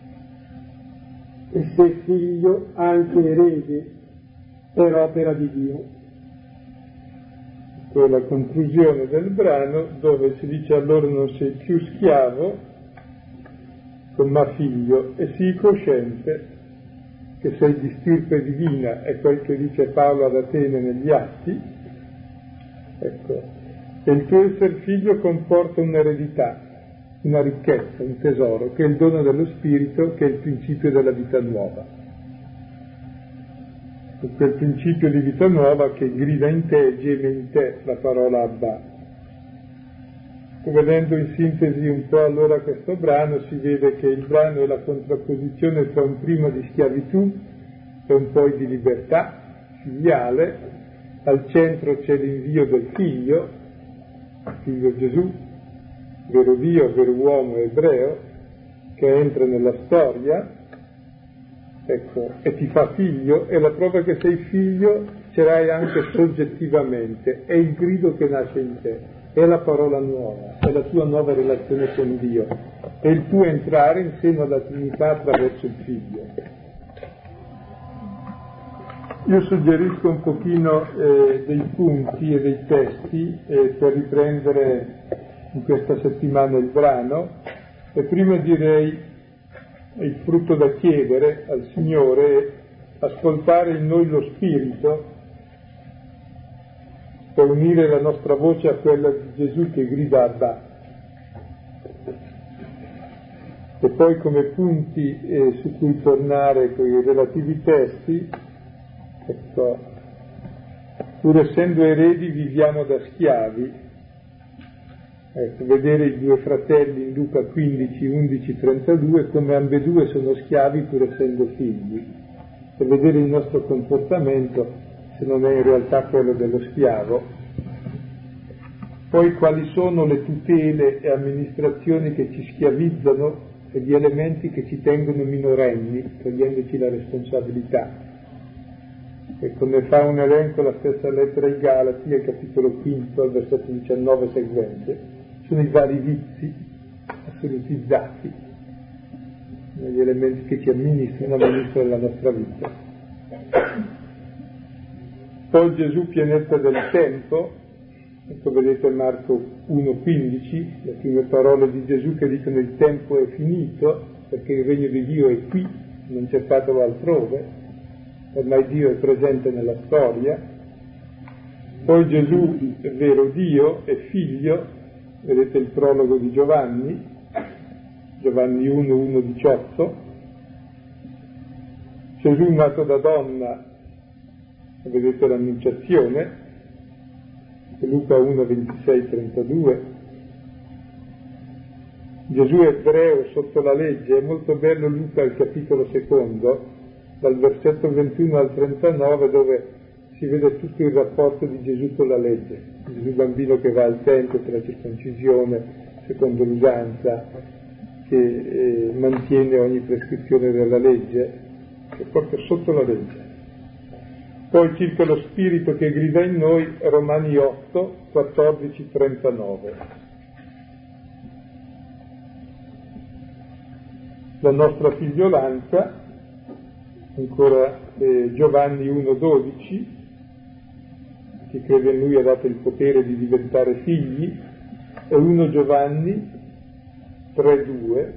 e sei figlio anche erede per opera di Dio. Questa è la conclusione del brano, dove si dice: allora non sei più schiavo, ma figlio, e sii cosciente che sei di stirpe divina, è quel che dice Paolo ad Atene negli Atti. Ecco, e il tuo essere figlio comporta un'eredità, una ricchezza, un tesoro, che è il dono dello Spirito, che è il principio della vita nuova. Quel principio di vita nuova che grida in te, geme in te la parola Abba. Vedendo in sintesi un po' allora questo brano, si vede che il brano è la contrapposizione tra un prima di schiavitù e un poi di libertà filiale. Al centro c'è l'invio del figlio Gesù, vero Dio, vero uomo ebreo, che entra nella storia, ecco, e ti fa figlio, e la prova che sei figlio ce l'hai anche soggettivamente, è il grido che nasce in te. È la parola nuova, è la tua nuova relazione con Dio, è il tuo entrare in seno alla Trinità attraverso il Figlio. Io suggerisco un pochino dei punti e dei testi per riprendere in questa settimana il brano, e prima direi il frutto da chiedere al Signore, ascoltare in noi lo Spirito, per unire la nostra voce a quella di Gesù che grida Abba. E poi come punti su cui tornare con i relativi testi, ecco, pur essendo eredi viviamo da schiavi. Ecco, vedere i due fratelli in Luca 15, 11, 32 come ambedue sono schiavi pur essendo figli, e vedere il nostro comportamento se non è in realtà quello dello schiavo. Poi quali sono le tutele e amministrazioni che ci schiavizzano e gli elementi che ci tengono minorenni, togliendoci la responsabilità. E come fa un elenco la stessa lettera ai Galati, al capitolo 5, al versetto 19 seguente, sono i vari vizi assolutizzati, gli elementi che ci amministrano la nostra vita. Poi Gesù, pienezza del tempo. Ecco, vedete Marco 1,15, le prime parole di Gesù che dicono il tempo è finito, perché il regno di Dio è qui, non cercatelo altrove, ormai Dio è presente nella storia. Poi Gesù è vero Dio, è figlio, vedete il prologo di Giovanni 1, 18, Gesù nato da donna, vedete l'annunciazione, Luca 1, 26, 32, Gesù è ebreo sotto la legge. È molto bello Luca al capitolo 2, dal versetto 21 al 39, dove si vede tutto il rapporto di Gesù con la legge. Gesù bambino che va al tempio per la circoncisione, secondo l'usanza, che mantiene ogni prescrizione della legge, che è proprio sotto la legge. Poi circa lo spirito che grida in noi, Romani 8, 14, 39. La nostra figliolanza, ancora Giovanni 1, 12, chi crede in lui ha dato il potere di diventare figli, e 1 Giovanni 3, 2.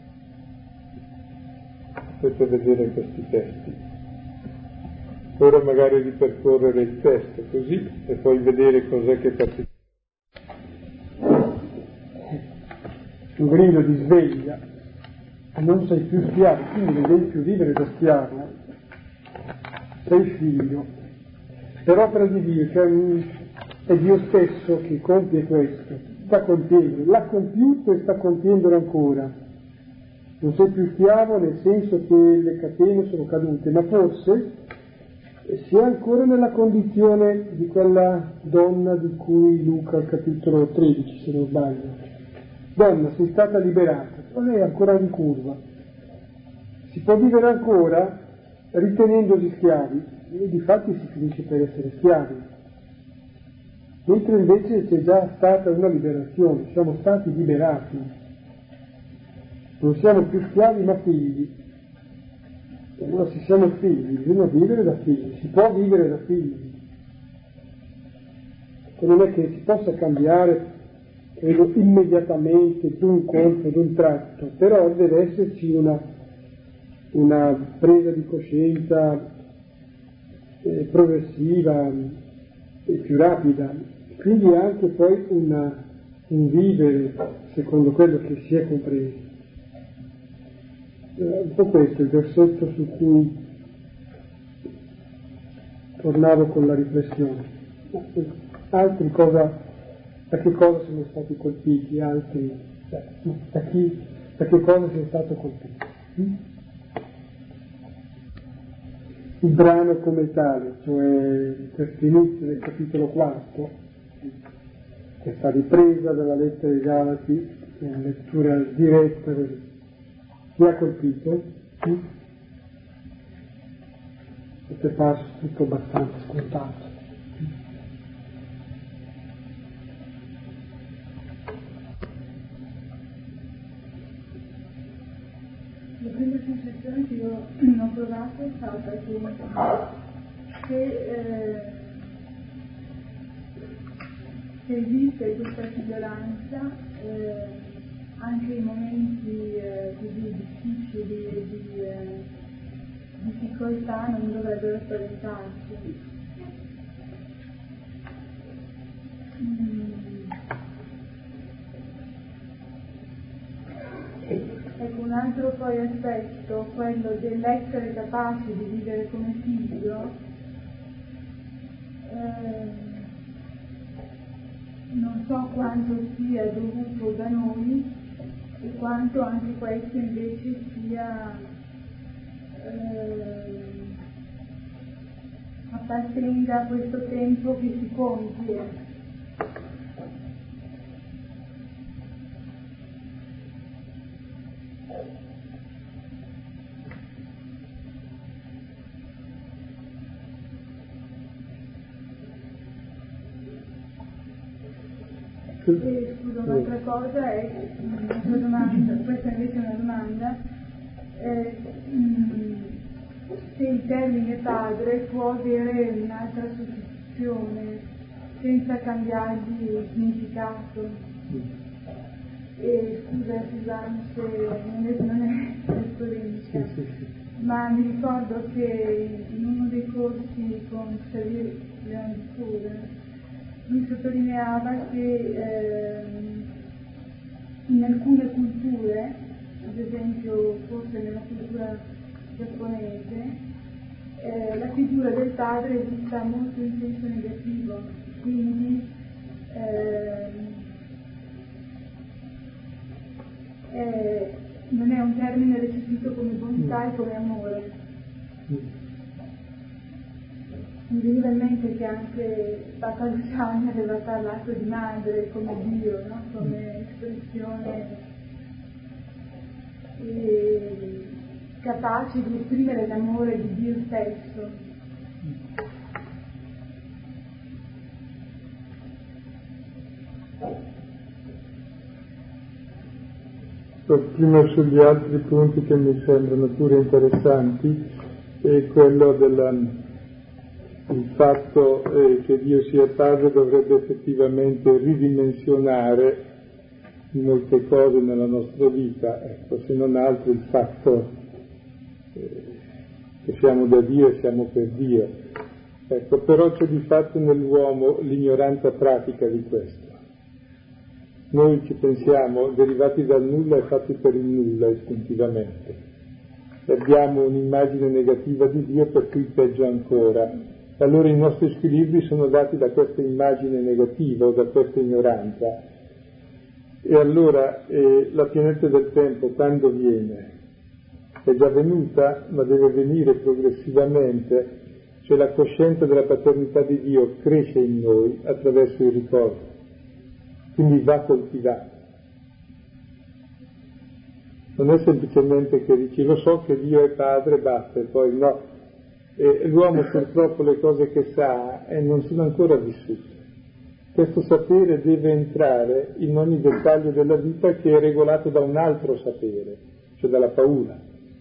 Potete vedere questi testi. Ora magari ripercorrere il testo così e poi vedere cos'è che partecipa. Un grido di sveglia, non sei più schiavo, quindi non devi più vivere da schiavo, sei figlio. Per opera di Dio, cioè è Dio stesso che compie questo, sta compiendo, l'ha compiuto e sta compiendolo ancora. Non sei più schiavo nel senso che le catene sono cadute, ma forse si è ancora nella condizione di quella donna di cui Luca al capitolo 13, se non sbaglio. Donna, sei stata liberata, però lei è ancora in curva. Si può vivere ancora ritenendosi schiavi, e difatti si finisce per essere schiavi. Mentre invece c'è già stata una liberazione, siamo stati liberati. Non siamo più schiavi ma figli. Allora se siamo figli, bisogna vivere da figli, si può vivere da figli. Non è che si possa cambiare, credo, immediatamente, d'un colpo, d'un tratto, però deve esserci una presa di coscienza progressiva e più rapida, quindi anche poi un vivere secondo quello che si è compreso. Un po' questo è il versetto su cui tornavo con la riflessione. Altri da che cosa sono stati colpiti? Altri, da che cosa sei stato colpito? Il brano come tale, cioè questo inizio del capitolo 4, questa ripresa della lettera ai Galati, una lettura diretta ti ha colpito? Questo è parso tutto abbastanza scontato. La prima sensazione che io ho provato è stata che esiste questa figliolanza anche in momenti così difficili, di difficoltà, non dovrebbero spaventarci. Ecco, altro poi aspetto, quello dell'essere capaci di vivere come figlio, non so quanto sia dovuto da noi e quanto anche questo invece sia appartenga a questo tempo che si compie. Scusa, un'altra cosa è, un'altra domanda, questa invece è una domanda, se il termine padre può avere un'altra sostituzione senza cambiargli il significato. E scusa Susanna se non è polemica, ma mi ricordo che in uno dei corsi con Xavier Leone lui sottolineava che in alcune culture, ad esempio forse nella cultura giapponese, la figura del padre è vista molto in senso negativo, quindi non è un termine recepito come bontà e come amore. Mi veniva in mente che anche Papa Luciani aveva parlato di madre come Dio, no? Come espressione capace di esprimere l'amore di Dio stesso. Prima sugli altri punti che mi sembrano pure interessanti è quello il fatto che Dio sia Padre dovrebbe effettivamente ridimensionare molte cose nella nostra vita, ecco, se non altro il fatto che siamo da Dio e siamo per Dio. Ecco, però c'è di fatto nell'uomo l'ignoranza pratica di questo. Noi ci pensiamo derivati dal nulla e fatti per il nulla istintivamente. Abbiamo un'immagine negativa di Dio, per cui peggio ancora. Allora i nostri squilibri sono dati da questa immagine negativa o da questa ignoranza. E allora la pienezza del tempo, quando viene? È già venuta, ma deve venire progressivamente, cioè la coscienza della paternità di Dio cresce in noi attraverso il ricordo, quindi va coltivata. Non è semplicemente che dici lo so che Dio è Padre, basta, e poi no. E l'uomo purtroppo le cose che sa non sono ancora vissute. Questo sapere deve entrare in ogni dettaglio della vita che è regolato da un altro sapere, cioè dalla paura,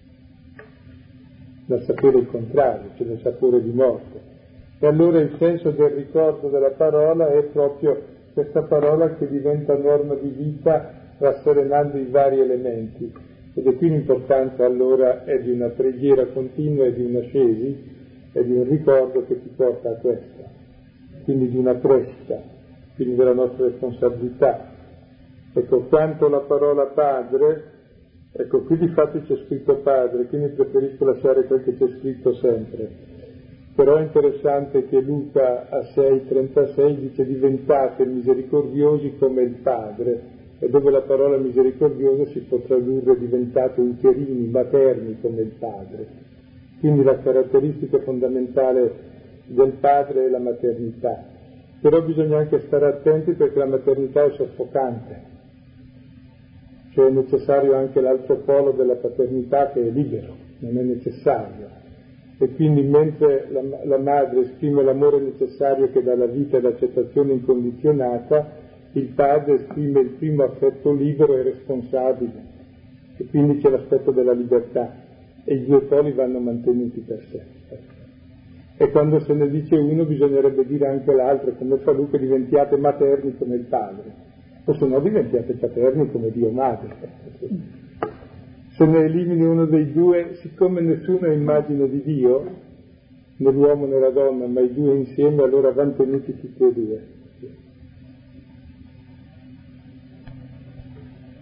dal sapere il contrario, cioè dal sapore di morte. E allora il senso del ricordo della parola è proprio questa parola che diventa norma di vita rasserenando i vari elementi. Ed è qui l'importanza allora è di una preghiera continua e di un'ascesi e di un ricordo che ti porta a questo, quindi di una crescita, quindi della nostra responsabilità. Ecco, quanto la parola padre, ecco, qui di fatto c'è scritto padre, quindi preferisco lasciare quel che c'è scritto sempre. Però è interessante che Luca a 6,36 dice diventate misericordiosi come il Padre, e dove la parola misericordiosa si può tradurre diventate uterini, materni come il Padre. Quindi la caratteristica fondamentale del Padre è la maternità. Però bisogna anche stare attenti perché la maternità è soffocante, cioè è necessario anche l'altro polo della paternità che è libero, non è necessario. E quindi mentre la madre esprime l'amore necessario che dà la vita e l'accettazione incondizionata, il padre esprime il primo affetto libero e responsabile, e quindi c'è l'aspetto della libertà, e i due poli vanno mantenuti per sé. E quando se ne dice uno bisognerebbe dire anche l'altro, come fa Luca, diventiate materni come il padre, o se no diventiate paterni come Dio madre. Se ne elimini uno dei due, siccome nessuno è immagine di Dio, né l'uomo né la donna, ma i due insieme, allora vanno tenuti tutti e due.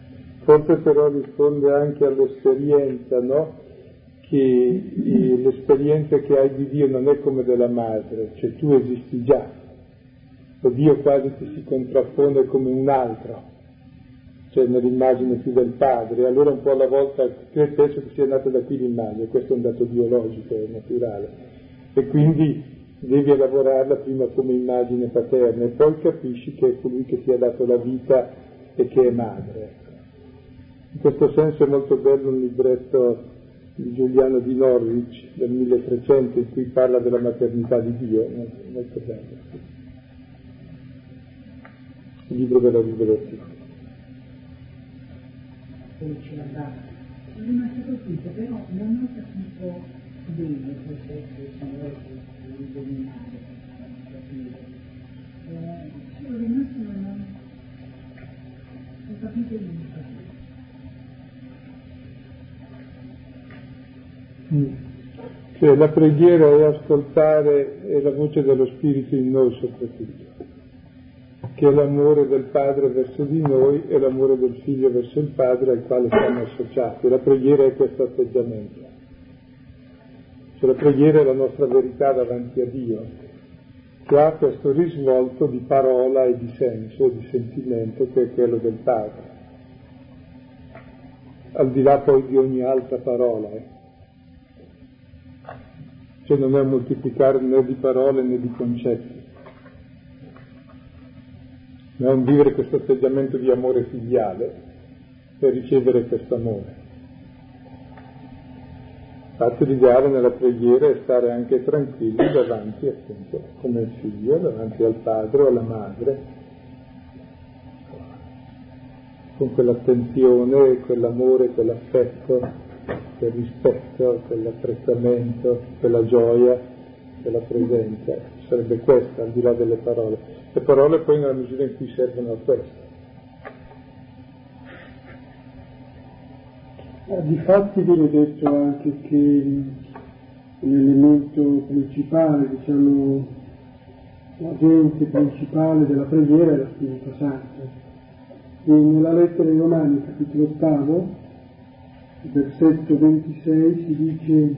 Forse però risponde anche all'esperienza, no? Che l'esperienza che hai di Dio non è come della madre, cioè tu esisti già, e Dio quasi ti si contrappone come un altro, cioè nell'immagine più del padre, allora un po' alla volta penso che sia nata da qui l'immagine, questo è un dato biologico, è naturale, e quindi devi lavorarla prima come immagine paterna e poi capisci che è colui che ti ha dato la vita e che è madre. In questo senso è molto bello un libretto di Giuliano di Norwich del 1300 in cui parla della maternità di Dio, molto bello. Il libro della rivelazione. Sono rimasto colpito, però non ho capito bene il processo di indovinare, Sono rimasto non ho capito niente. Cioè la preghiera è ascoltare la voce dello Spirito in noi soprattutto, che è l'amore del Padre verso di noi e l'amore del Figlio verso il Padre al quale siamo associati. La preghiera è questo atteggiamento. Cioè la preghiera è la nostra verità davanti a Dio, che ha questo risvolto di parola e di senso, di sentimento, che è quello del Padre. Al di là poi di ogni altra parola, Cioè non è un moltiplicare né di parole né di concetti, ma è un vivere questo atteggiamento di amore filiale per ricevere questo amore. Infatti l'ideale nella preghiera è stare anche tranquilli davanti, appunto, come il figlio, davanti al padre o alla madre, con quell'attenzione, quell'amore, quell'affetto, quel rispetto, quell'apprezzamento, quella gioia, quella presenza. Sarebbe questa, al di là delle parole. Le parole poi nella misura in cui servono a questo. Difatti viene detto anche che l'elemento principale, diciamo, l'agente principale della preghiera è lo Spirito Santo. E nella lettera ai Romani, capitolo 8, versetto 26, si dice: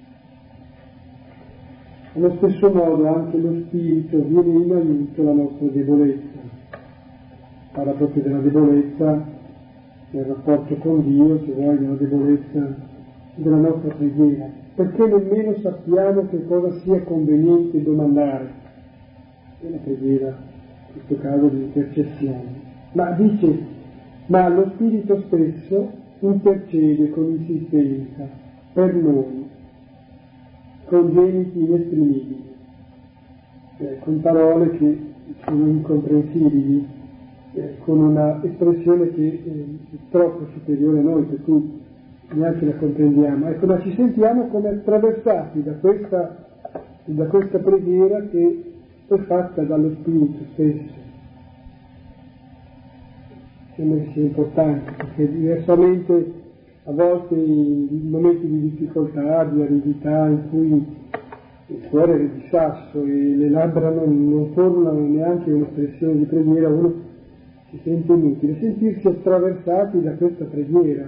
allo stesso modo anche lo Spirito viene in aiuto alla nostra debolezza. Parla proprio della debolezza nel rapporto con Dio, se vuoi, della debolezza della nostra preghiera, perché nemmeno sappiamo che cosa sia conveniente domandare. È una preghiera, in questo caso, di intercessione. Ma dice, ma lo Spirito stesso intercede con insistenza per noi, con gemiti inesprimibili, con parole che sono incomprensibili, con una espressione che è troppo superiore a noi, per cui neanche la comprendiamo. Ecco, ma ci sentiamo come attraversati da questa preghiera che è fatta dallo Spirito stesso. Sembra che sia importante, perché diversamente a volte in momenti di difficoltà, di aridità, in cui il cuore è di sasso e le labbra non formano neanche un'espressione di preghiera, uno si sente inutile. Sentirsi attraversati da questa preghiera,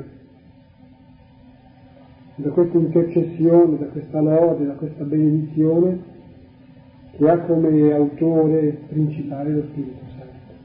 da questa intercessione, da questa lode, da questa benedizione che ha come autore principale lo Spirito Santo.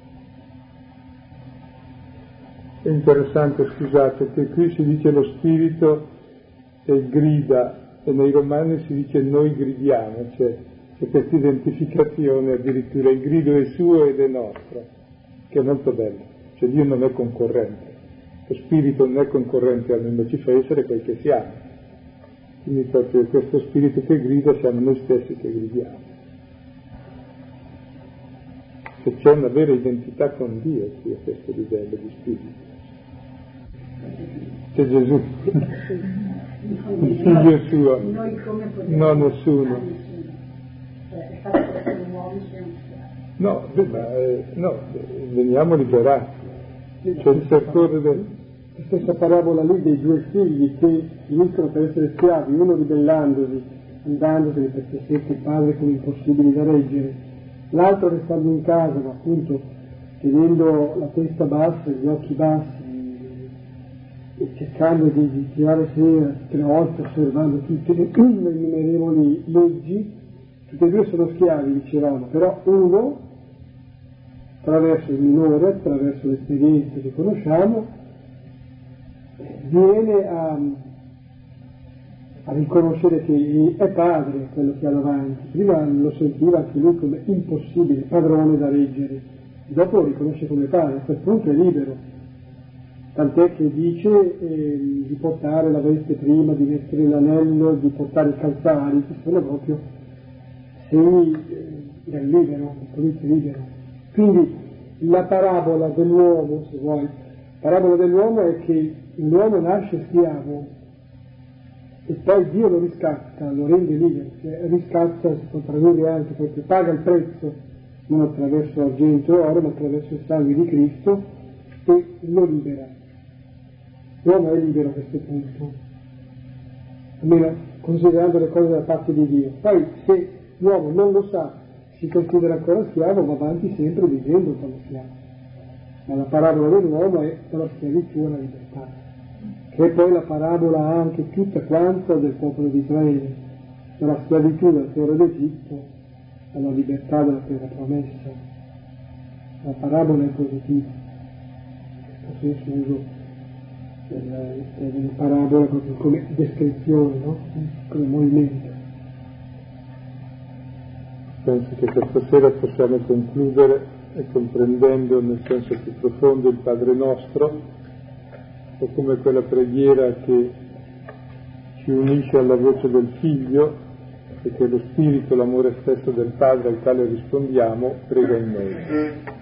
È interessante, scusate, che qui si dice lo Spirito grida e nei Romani si dice noi gridiamo, c'è questa identificazione addirittura, il grido è suo ed è nostro, che è molto bello, cioè Dio non è concorrente, lo Spirito non è concorrente a noi, ma ci fa essere quel che siamo, quindi proprio questo Spirito che grida siamo noi stessi che gridiamo. Che c'è una vera identità con Dio qui a questo livello di Spirito. C'è Gesù, il figlio suo, no nessuno. No, veniamo liberati. Cioè il settore del... La stessa parabola lì dei due figli che finiscono per essere schiavi, uno ribellandosi, andandosene perché sente il padre come impossibili da reggere, l'altro restando in casa, ma appunto tenendo la testa bassa, gli occhi bassi, e cercando di tirare sera tutte le volte, osservando tutte le innumerevoli leggi, tutti e due sono schiavi, dicevamo, però uno, attraverso il minore, attraverso le esperienze che conosciamo, viene a riconoscere che è padre quello che ha davanti. Prima lo sentiva anche lui come impossibile, padrone da reggere, dopo lo riconosce come padre, a quel punto è libero, tant'è che dice di portare la veste prima, di mettere l'anello, di portare i calzari, che sono proprio segni del libero, del polizio libero. Quindi la parabola dell'uomo, se vuoi, la parabola dell'uomo è che l'uomo nasce schiavo e poi Dio lo riscatta, lo rende libero, cioè riscatta si può tradurre anche perché paga il prezzo, non attraverso argento e oro, ma attraverso il sangue di Cristo, e lo libera. L'uomo è libero a questo punto, almeno considerando le cose da parte di Dio. Poi se l'uomo non lo sa, si considera ancora schiavo, va avanti sempre vivendo come schiavo. Ma la parabola dell'uomo è dalla schiavitù alla libertà, che è poi la parabola anche tutta quanta del popolo di Israele, dalla schiavitù della terra d'Egitto alla libertà della terra promessa. La parabola è positiva, in questo senso uso della parabola proprio come descrizione, no? Come movimento. Penso che questa sera possiamo concludere comprendendo nel senso più profondo il Padre Nostro, o come quella preghiera che ci unisce alla voce del Figlio, e che lo Spirito, l'amore stesso del Padre al quale rispondiamo, prega in noi.